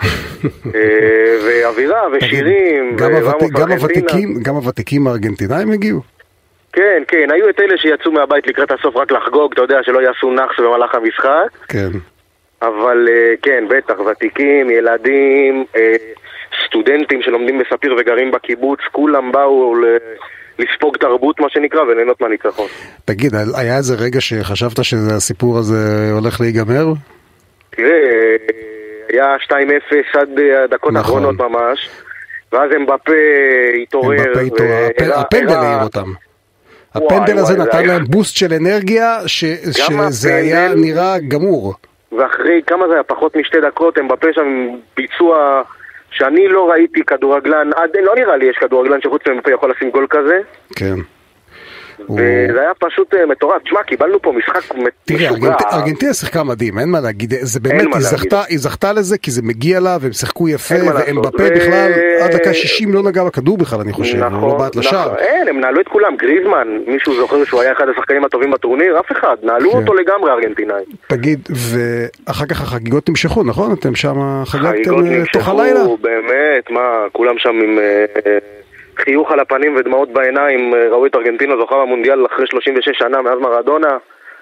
ואווירה ושירים. גם הוותיקים הארגנטינאים הגיעו? כן, היו את אלה שיצאו מהבית לקראת הסוף רק לחגוג, אתה יודע, שלא יעשו נחס במהלך המשחק. כן. אבל כן, בטח, ותיקים, ילדים, סטודנטים שלומדים בספיר וגרים בקיבוץ, כולם באו לספוג תרבות, מה שנקרא, וליהנות מהניצחון. תגיד, היה איזה רגע שחשבת שהסיפור הזה הולך להיגמר? תראה, היה 2-0 עד הדקות האחרונות ממש, ואז אמבפה התעורר. הפנדל העיר אותם. הפנדל הזה נתן להם בוסט של אנרגיה, שזה היה נראה גמור. ואחרי כמה זה היה? פחות משתי דקות, אמבפה שם ביצוע שאני לא ראיתי כדורגלן, לא נראה לי יש כדורגלן שחוץ מאמבפה יכול לשים גול כזה. כן. וזה היה פשוט מטורף. תשמע, קיבלנו פה משחק משוגע. תראה, ארגנטינה שיחקה מדהים, אין מה להגיד. זה באמת, היא זכתה לזה כי זה מגיע לה, והם שיחקו יפה, ואמבפה בכלל, עד דקה 60 לא נגע בכדור בכלל, אני חושב, הוא לא בעט לשער. אין, הם נעלו את כולם, גריזמן, מישהו זוכר שהוא היה אחד השחקנים הטובים בטורניר, אף אחד, נעלו אותו לגמרי ארגנטינאי. תגיד, ואחר כך החגיגות תמשכו, נכון? אתם שם חגגתם תוך הלילה? באמת, מה, כולם שם עם חיוך על הפנים ודמעות בעיניים, ראו את ארגנטינה זוכה במונדיאל אחרי 36 שנה מאז מרדונה.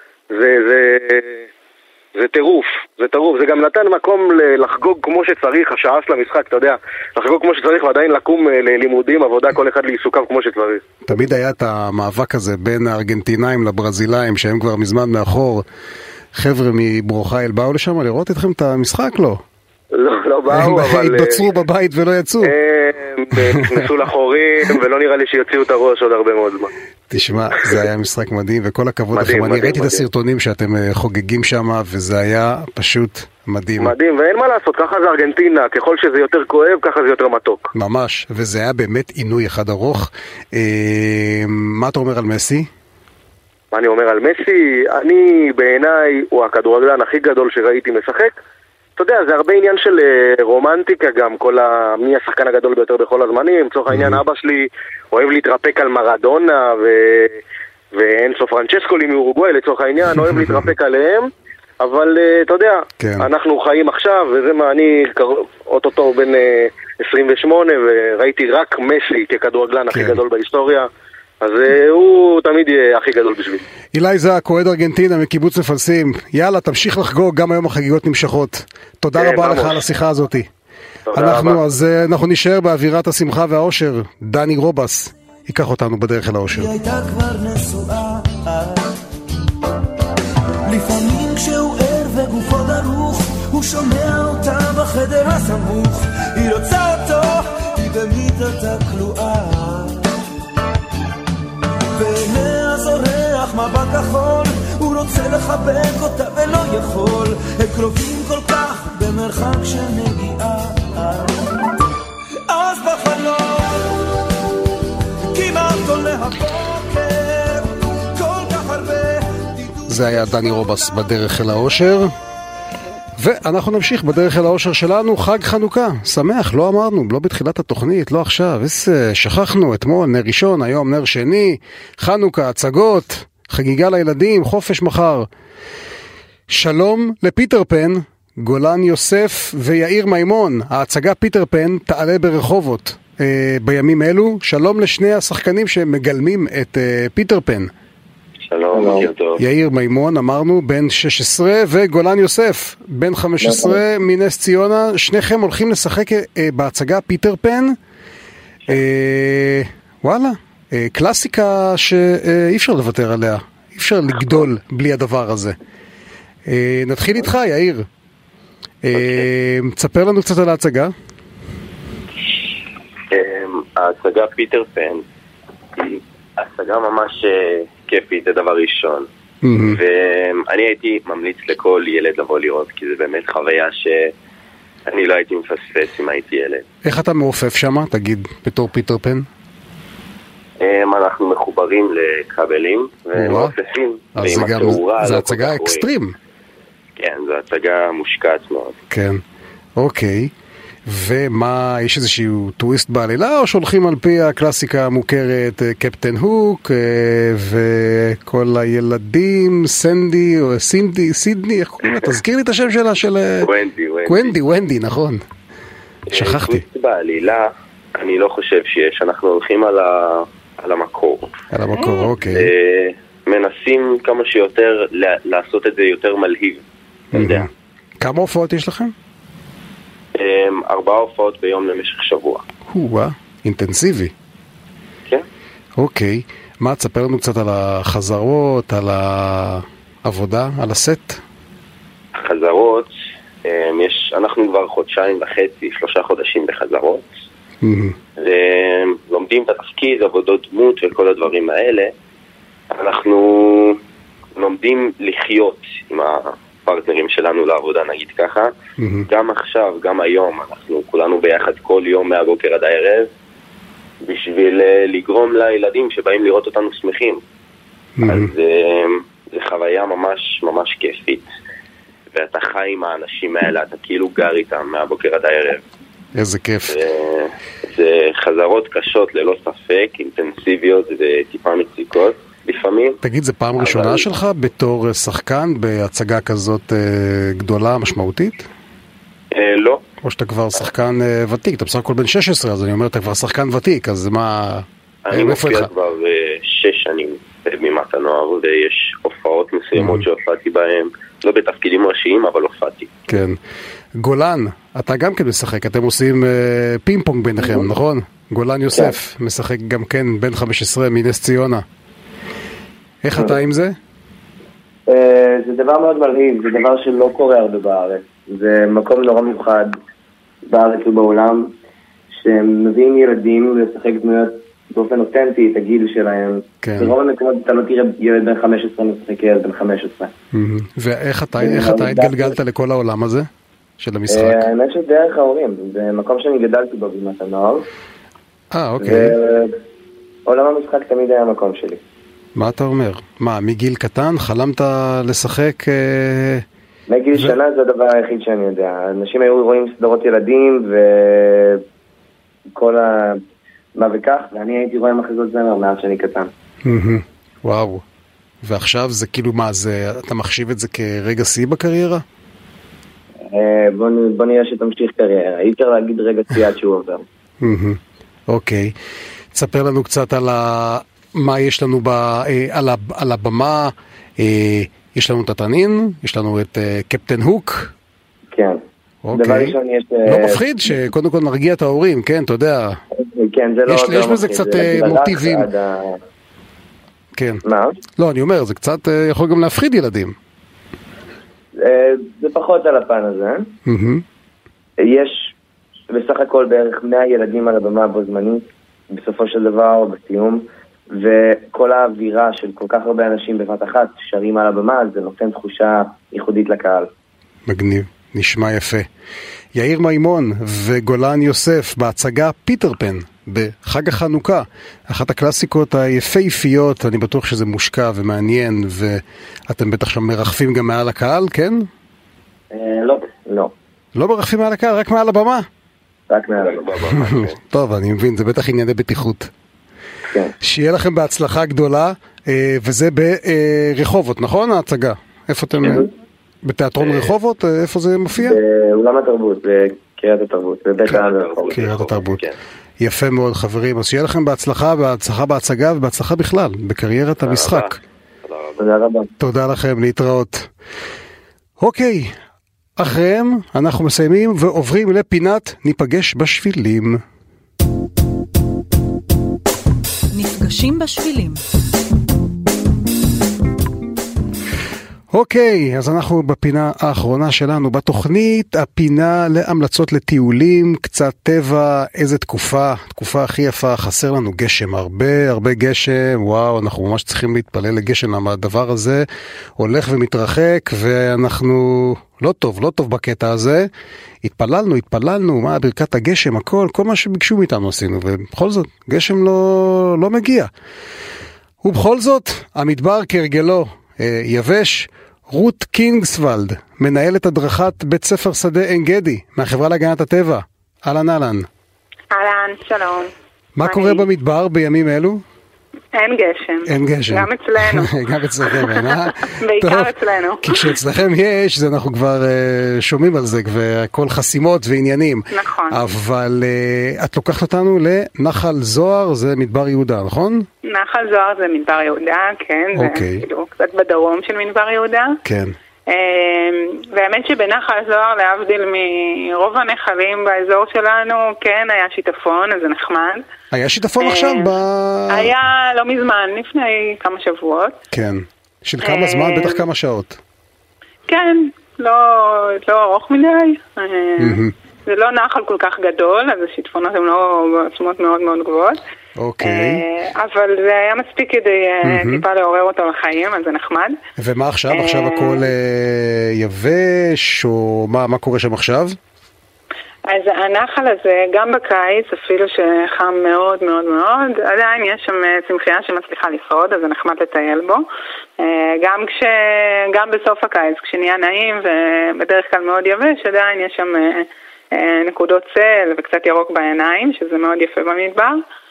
זה טירוף, זה גם נתן מקום לחגוג כמו שצריך, השעה של המשחק, אתה יודע, לחגוג כמו שצריך ועדיין לקום ללימודים, עבודה, כל אחד לעיסוקיו כמו שצריך. תמיד היה את המאבק הזה בין הארגנטינאים לברזילאים, שהם כבר מזמן מאחור. חבר'ה מברוכייל באו לשם לראות אתכם את המשחק, לא? לא באו, אבל... הם התבצרו בבית ולא יצאו. הם נכנסו לחורים, ולא נראה לי שיוציאו את הראש עוד הרבה מאוד זמן. תשמע, זה היה משחק מדהים, וכל הכבוד לכם. אני ראיתי את הסרטונים שאתם חוגגים שם, וזה היה פשוט מדהים. מדהים, ואין מה לעשות, ככה זה ארגנטינה, ככל שזה יותר כואב, ככה זה יותר מתוק. ממש, וזה היה באמת עינוי אחד ארוך. מה אתה אומר על מסי? מה אני אומר על מסי? אני בעיניי, הוא הכדורגלן הכי גדול שראיתי משחק. אתה יודע, זה הרבה עניין של רומנטיקה גם, מי השחקן הגדול ביותר בכל הזמנים. לצורך העניין, אבא שלי אוהב להתרפק על מרדונה ואנסו פרנצ'סקולי מאורוגוואי, לצורך העניין, אוהב להתרפק עליהם, אבל אתה יודע, אנחנו חיים עכשיו, וזה מה, אני אוטוטו בן 28, וראיתי רק מסי ככדורגלן הכי גדול בהיסטוריה, אז הוא תמיד יהיה הכי גדול בשביל. אילי זק, אוהד ארגנטינה מקיבוץ מפלסים. יאללה, תמשיך לחגוג, גם היום החגיגות נמשכות. תודה רבה לך על השיחה הזאת. אנחנו נשאר באווירת השמחה והאושר. דני רובס ייקח אותנו בדרך אל האושר. היא הייתה כבר נשואה, לפעמים כשהוא ער וגופו דרוך, הוא שומע אותה בחדר הסמוך, היא רוצה אותו, היא במיטתה כלואה, ועיניה זורח מבט כחול, הוא רוצה לחבק אותה ולא יכול, הם קרובים כל כך במרחק של נגיעה. אז בחלום כמעט עולה הבוקר, כל כך הרבה. זה היה דני רובס בדרך אל האושר, ואנחנו נמשיך בדרך אל האושר שלנו. חג חנוכה שמח, לא אמרנו, לא בתחילת התוכנית, לא עכשיו, שכחנו, אתמול נר ראשון, היום נר שני, חנוכה, הצגות, חגיגה לילדים, חופש מחר. שלום לפיטר פן, גולן יוסף ויאיר מימון. ההצגה פיטר פן תעלה ברחובות בימים אלו. שלום לשני השחקנים שמגלמים את פיטר פן. שלום, בוקר טוב. יאיר מימון, אמרנו, בן 16, וגולן יוסף, בן 15 מנס ציונה. שניכם הולכים לשחק בהצגה פיטר פן. וואלה, קלאסיקה שאי אפשר לוותר עליה, אי אפשר לגדול בלי הדבר הזה. נתחיל איתך, יאיר. תספר לנו קצת על ההצגה. ההצגה פיטר פן היא הצגה ממש כיפית, זה דבר ראשון. ואני הייתי ממליץ לכל ילד לבוא לראות, כי זה באמת חוויה שאני לא הייתי מפספס אם הייתי ילד. איך אתה מעופף שמה, תגיד, בתור פיטר פן? אנחנו מחוברים לכבלים ומעופפים. זה הצגה אקסטרים. כן, זו הצגה מושקעת מאוד. כן, אוקיי. ומה, יש איזשהו טוויסט בעלילה, או שהולכים על פי הקלאסיקה המוכרת, קפטן הוק, וכל הילדים, סנדי, או סידני, איך קוראים? תזכיר לי את השם שלה, של... ונדי, נכון. שכחתי. טוויסט בעלילה, אני לא חושב שיש, אנחנו הולכים על המקור. על המקור, אוקיי. מנסים כמה שיותר לעשות את זה יותר מלהיב. אתה יודע. כמה הופעות יש לכם? 4 הופעות ביום למשך שבוע. אינטנסיבי. כן. אוקיי. מה, תספר לנו קצת על החזרות, על העבודה, על הסט? החזרות, אנחנו כבר 1.5-3 חודשים בחזרות. לומדים את התפקיד, עבודות דמות וכל הדברים האלה. אנחנו לומדים לחיות עם הפרטנרים שלנו לעבודה, נגיד ככה. גם עכשיו, גם היום, אנחנו כולנו ביחד כל יום מהבוקר עד הערב, בשביל לגרום לילדים שבאים לראות אותנו שמחים. אז זה חוויה ממש ממש כיפית. ואתה חי עם האנשים האלה, אתה כאילו גר איתם מהבוקר עד הערב. איזה כיף. זה חזרות קשות ללא ספק, אינטנסיביות וטיפה מציקות לפעמים. תגיד, זה פעם ראשונה שלך בתור שחקן בהצגה כזאת גדולה, משמעותית? לא. או שאתה כבר שחקן ותיק, אתה בסך הכל בן 16, אז אני אומר, אתה כבר שחקן ותיק, אז מה... אני מופיע כבר 6 שנים בבימת הנוער, ויש הופעות מסוימות שהופעתי בהן, לא בתפקידים ראשיים, אבל הופעתי. כן. גולן, אתה גם כן משחק, אתם עושים פינג פונג ביניכם, נכון? גולן יוסף משחק גם כן בן 15 מנס ציונה. איך אתה עם זה? זה דבר מאוד מלהיב, זה דבר שלא קורה הרבה בארץ. זה מקום נורא מיוחד בארץ ובעולם, שמביאים ילדים לשחק דמויות באופן אותנטי, את הגיל שלהם. ברוב המקומות אתה לא תראה ילד בן 15 משחק ילד בן 15. ואיך אתה התגלגלת לכל העולם הזה של המשחק? האמת שדרך ההורים, זה מקום שאני גדלתי בו בימת הנוער. אוקיי. ועולם המשחק תמיד היה המקום שלי. מה אתה אומר? מה, מגיל קטן חלמת לשחק? מגיל שנה זה הדבר היחיד שאני יודע. אנשים היו רואים סדרות ילדים וכל מה וכך, ואני הייתי רואה מחזות זמר מאז שאני קטן. וואו. ועכשיו זה כאילו מה, אתה מחשיב את זה כרגע שיא בקריירה? בוא נראה שתמשיך קריירה. אי אפשר להגיד רגע שיא עד שהוא עובר. אוקיי. תספר לנו קצת על מה יש לנו על הבמה. יש לנו את התנין, יש לנו את קפטן הוק. כן. אוקיי. לא מפחיד שקודם כל נרגיע את ההורים, כן, אתה יודע. כן, זה לא... יש בזה קצת מוטיבים. כן. מה? לא, אני אומר, זה קצת יכול גם להפחיד ילדים. זה פחות על הפן הזה. יש בסך הכל בערך 100 ילדים על הבמה בו זמנית, בסופו של דבר, בסיום, וכל האווירה של כל כך הרבה אנשים בבת אחת שרים על הבמה, זה נותן תחושה ייחודית לקהל. מגניב, נשמע יפה. יאיר מימון וגולן יוסף בהצגה פיטר פן בחג החנוכה, אחת הקלאסיקות היפהפיות, אני בטוח שזה מושקע ומעניין, ואתם בטח שם מרחפים גם מעל הקהל, כן? לא. לא מרחפים מעל הקהל, רק מעל הבמה? רק מעל הבמה. טוב, אני מבין, זה בטח ענייני בטיחות. כן. שיהיה לכם בהצלחה גדולה, וזה ברחובות, נכון? ההצגה. איפה אתם? בתיאטרון רחובות? איפה זה מופיע? באולם התרבות, בקריית התרבות, בבית העל ברחובות. קריית התרבות. יפה מאוד חברים, אז שיהיה לכם בהצלחה, בהצלחה בהצגה ובהצלחה בכלל, בקריירת המשחק. תודה רבה. תודה לכם, להתראות. אוקיי, אחריהם אנחנו מסיימים ועוברים לפינת ניפגש בשבילים. נפגשים בשבילים. אוקיי, אז אנחנו בפינה האחרונה שלנו בתוכנית, הפינה להמלצות לטיולים, קצת טבע, איזה תקופה הכי יפה, חסר לנו גשם, הרבה גשם, וואו, אנחנו ממש צריכים להתפלל לגשם, למה הדבר הזה הולך ומתרחק, ואנחנו לא טוב בקטע הזה, התפללנו, מה ברכת הגשם, כל מה שביקשו מאיתנו עשינו, ובכל זאת, גשם לא מגיע. ובכל זאת, המדבר כרגלו יבש. רות קינגסוולד, מנהלת הדרכת בית ספר שדה עין גדי, מהחברה להגנת הטבע. אהלן. שלום. מה קורה במדבר בימים אלו? אין גשם. גם אצלנו. גם אצלכם, בעיקר אצלנו. כי כשאצלכם יש, אנחנו כבר שומעים על זה, וכל חסימות ועניינים. נכון. אבל את לוקחת אותנו לנחל זוהר, זה מדבר יהודה, נכון? נחל זוהר זה מדבר יהודה, כן. אוקיי. זה קצת בדרום של מדבר יהודה. כן. והאמת שבנחל זוהר, להבדיל מרוב הנחלים באזור שלנו, כן, היה שיטפון, אז זה נחמד. היה שיטפון עכשיו? היה לא מזמן, לפני כמה שבועות. כן. של כמה זמן? בטח כמה שעות. כן, לא ארוך מדי. זה לא נחל כל כך גדול, אז השיטפונות הן לא בעצמות מאוד מאוד גבוהות. אוקיי. אבל זה היה מספיק כדי טיפה לעורר אותו לחיים, אז זה נחמד. ומה עכשיו? עכשיו הכל יבש, או מה קורה שם עכשיו? אז הנחל הזה, גם בקיץ, אפילו שחם מאוד מאוד מאוד, עדיין יש שם צמחייה שמצליחה לשרוד, אז זה נחמד לטייל בו. גם בסוף הקיץ, כשנהיה נעים ובדרך כלל מאוד יבש, עדיין יש שם נקודות צל וקצת ירוק בעיניים, שזה מאוד יפה במדבר.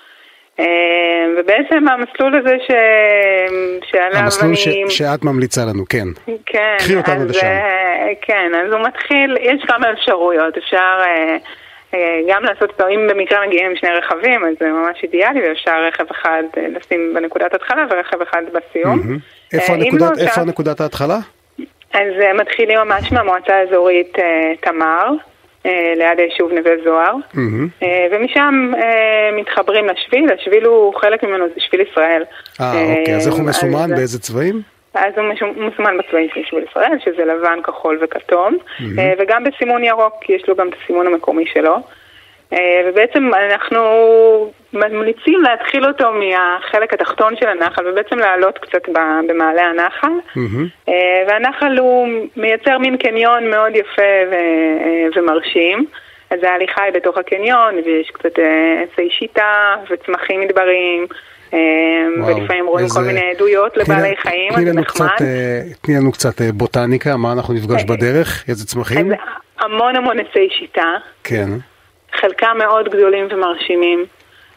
ובעצם המסלול הזה שעליו המסלול שאת ממליצה לנו, כן. כן. קחי אותנו לשם. כן, אז הוא מתחיל, יש כמה אפשרויות, אפשר גם לעשות אותו, אם במקרה מגיעים עם שני רכבים, אז זה ממש אידיאלי, ואפשר רכב אחד לשים בנקודת התחלה ורכב אחד בסיום. איפה נקודת ההתחלה? אז מתחילים ממש מהמועצה האזורית תמר, ליד היישוב נווה זוהר, ומשם מתחברים לשביל. השביל הוא חלק ממנו, זה שביל ישראל. אוקיי, אז איך הוא מסומן? באיזה צבעים? אז הוא מסומן בצבעים של שביל ישראל, שזה לבן, כחול וכתום, וגם בסימון ירוק, יש לו גם את הסימון המקומי שלו. ובעצם אנחנו ממליצים להתחיל אותו מהחלק התחתון של הנחל, ובעצם לעלות קצת במעלה הנחל. והנחל הוא מייצר מין קניון מאוד יפה ומרשים. אז ההליכה היא בתוך הקניון, ויש קצת עצי שיטה וצמחים מדבריים, ולפעמים רואים כל מיני עדויות לבעלי חיים, אז זה נחמד. תני לנו קצת בוטניקה, מה אנחנו נפגש בדרך, איזה צמחים? אז המון עצי שיטה. כן. חלקם מאוד גדולים ומרשימים.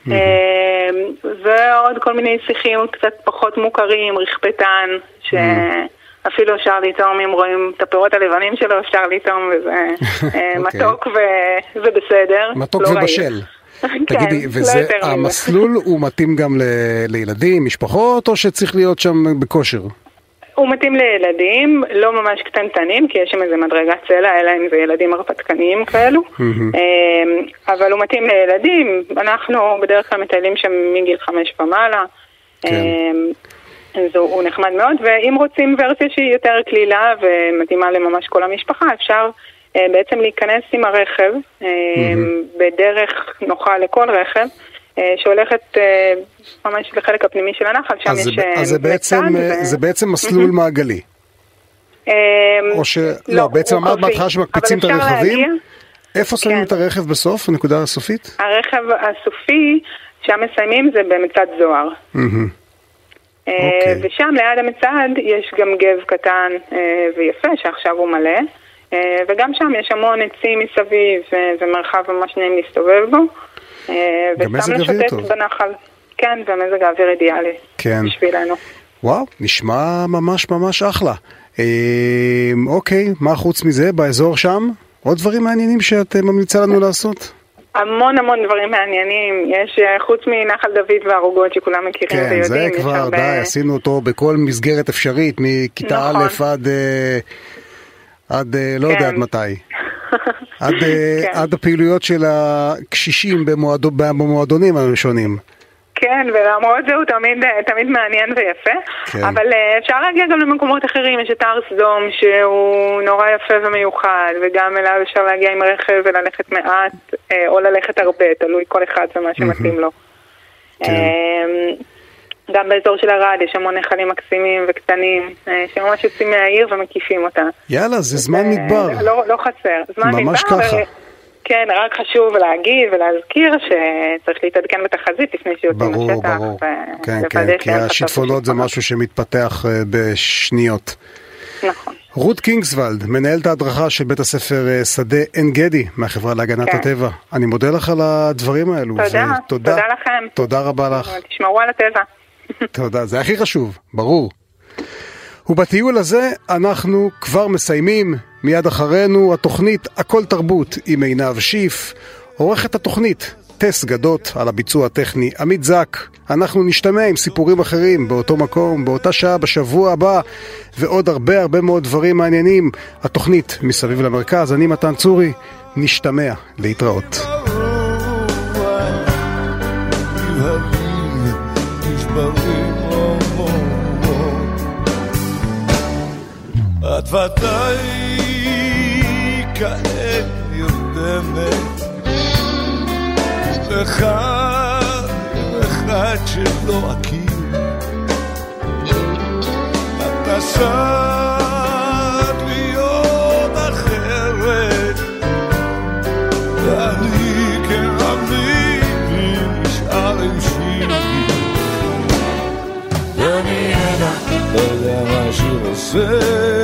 ועוד כל מיני שיחים קצת פחות מוכרים, רכפתן, שאפילו אפשר לטעום, אם רואים את הפירות הלבנים שלו, אפשר לטעום, וזה מתוק ובסדר. מתוק ובשל. תגידי, וזה המסלול הוא מתאים גם לילדים, משפחות, או שצריך להיות שם בכושר? הוא מתאים לילדים, לא ממש קטנטנים, כי יש שם איזה מדרגת צלע, אלא אם זה ילדים הרפתקניים כאלו. אבל הוא מתאים לילדים, אנחנו בדרך כלל מטיילים שם מגיל 5 ומעלה. אז הוא נחמד מאוד, ואם רוצים ורסיה שהיא יותר כלילה ומתאימה לממש כל המשפחה, אפשר בעצם להיכנס עם הרכב בדרך נוחה לכל רכב, שהולכת ממש לחלק הפנימי של הנחל, שם יש... אז זה בעצם מסלול מעגלי. לא, בעצם אמרת בהתחלה שמקפיצים את הרכבים. איפה שמים את הרכב בסוף, הנקודה הסופית? הרכב הסופי, שם מסיימים, זה במצד זוהר. ושם ליד המצד יש גם גב קטן ויפה, שעכשיו הוא מלא. וגם שם יש המון עצים מסביב, ומרחב ממש נעים להסתובב בו. גם מזג אוויר טוב. בנחל. כן, ומזג האוויר אידיאלי. כן. בשבילנו. וואו, נשמע ממש ממש אחלה. אוקיי, מה חוץ מזה באזור שם? עוד דברים מעניינים שאת ממליצה לנו לעשות? המון המון דברים מעניינים. יש חוץ מנחל דוד והרוגות שכולם מכירים ויודעים. כן, זה כבר די, עשינו אותו בכל מסגרת אפשרית, מכיתה א' עד לא יודע עד מתי. עד הפעילויות של הקשישים במועדונים הראשונים. כן, ולמרות זה הוא תמיד מעניין ויפה, אבל אפשר להגיע גם למקומות אחרים. יש את הר סדום שהוא נורא יפה ומיוחד, וגם אליו אפשר להגיע עם רכב וללכת מעט, או ללכת הרבה, תלוי כל אחד ומה שמתאים לו. גם באזור של הרד יש המון נחלים מקסימים וקטנים, שממש יוצאים מהעיר ומקיפים אותה. יאללה, זה זמן מדבר. לא חסר, זמן מדבר. ממש ככה. כן, רק חשוב להגיד ולהזכיר שצריך להתעדכן בתחזית לפני שיוצאים לשטח. ברור. כן, כי השיטפונות זה משהו שמתפתח בשניות. נכון. רות קינגסוולד, מנהלת ההדרכה של בית הספר שדה עין גדי מהחברה להגנת הטבע. אני מודה לך על הדברים האלו. תודה לכם. תודה רבה לך. תשמרו על הטבע. תודה, זה הכי חשוב, ברור. ובטיול הזה אנחנו כבר מסיימים. מיד אחרינו התוכנית הכל תרבות עם עינב שיף, עורכת התוכנית טס גדות, על הביצוע הטכני עמית זק. אנחנו נשתמע עם סיפורים אחרים באותו מקום, באותה שעה, בשבוע הבא, ועוד הרבה מאוד דברים מעניינים. התוכנית מסביב למרכז, אני מתן צורי, נשתמע, להתראות. את ודאי כעת נרדמת אחד שלא אכיר, את נסעת להיות אחרת, ואני כעמי נשאר עם שירי, ואני הנה לא יודע מה שיר עושה,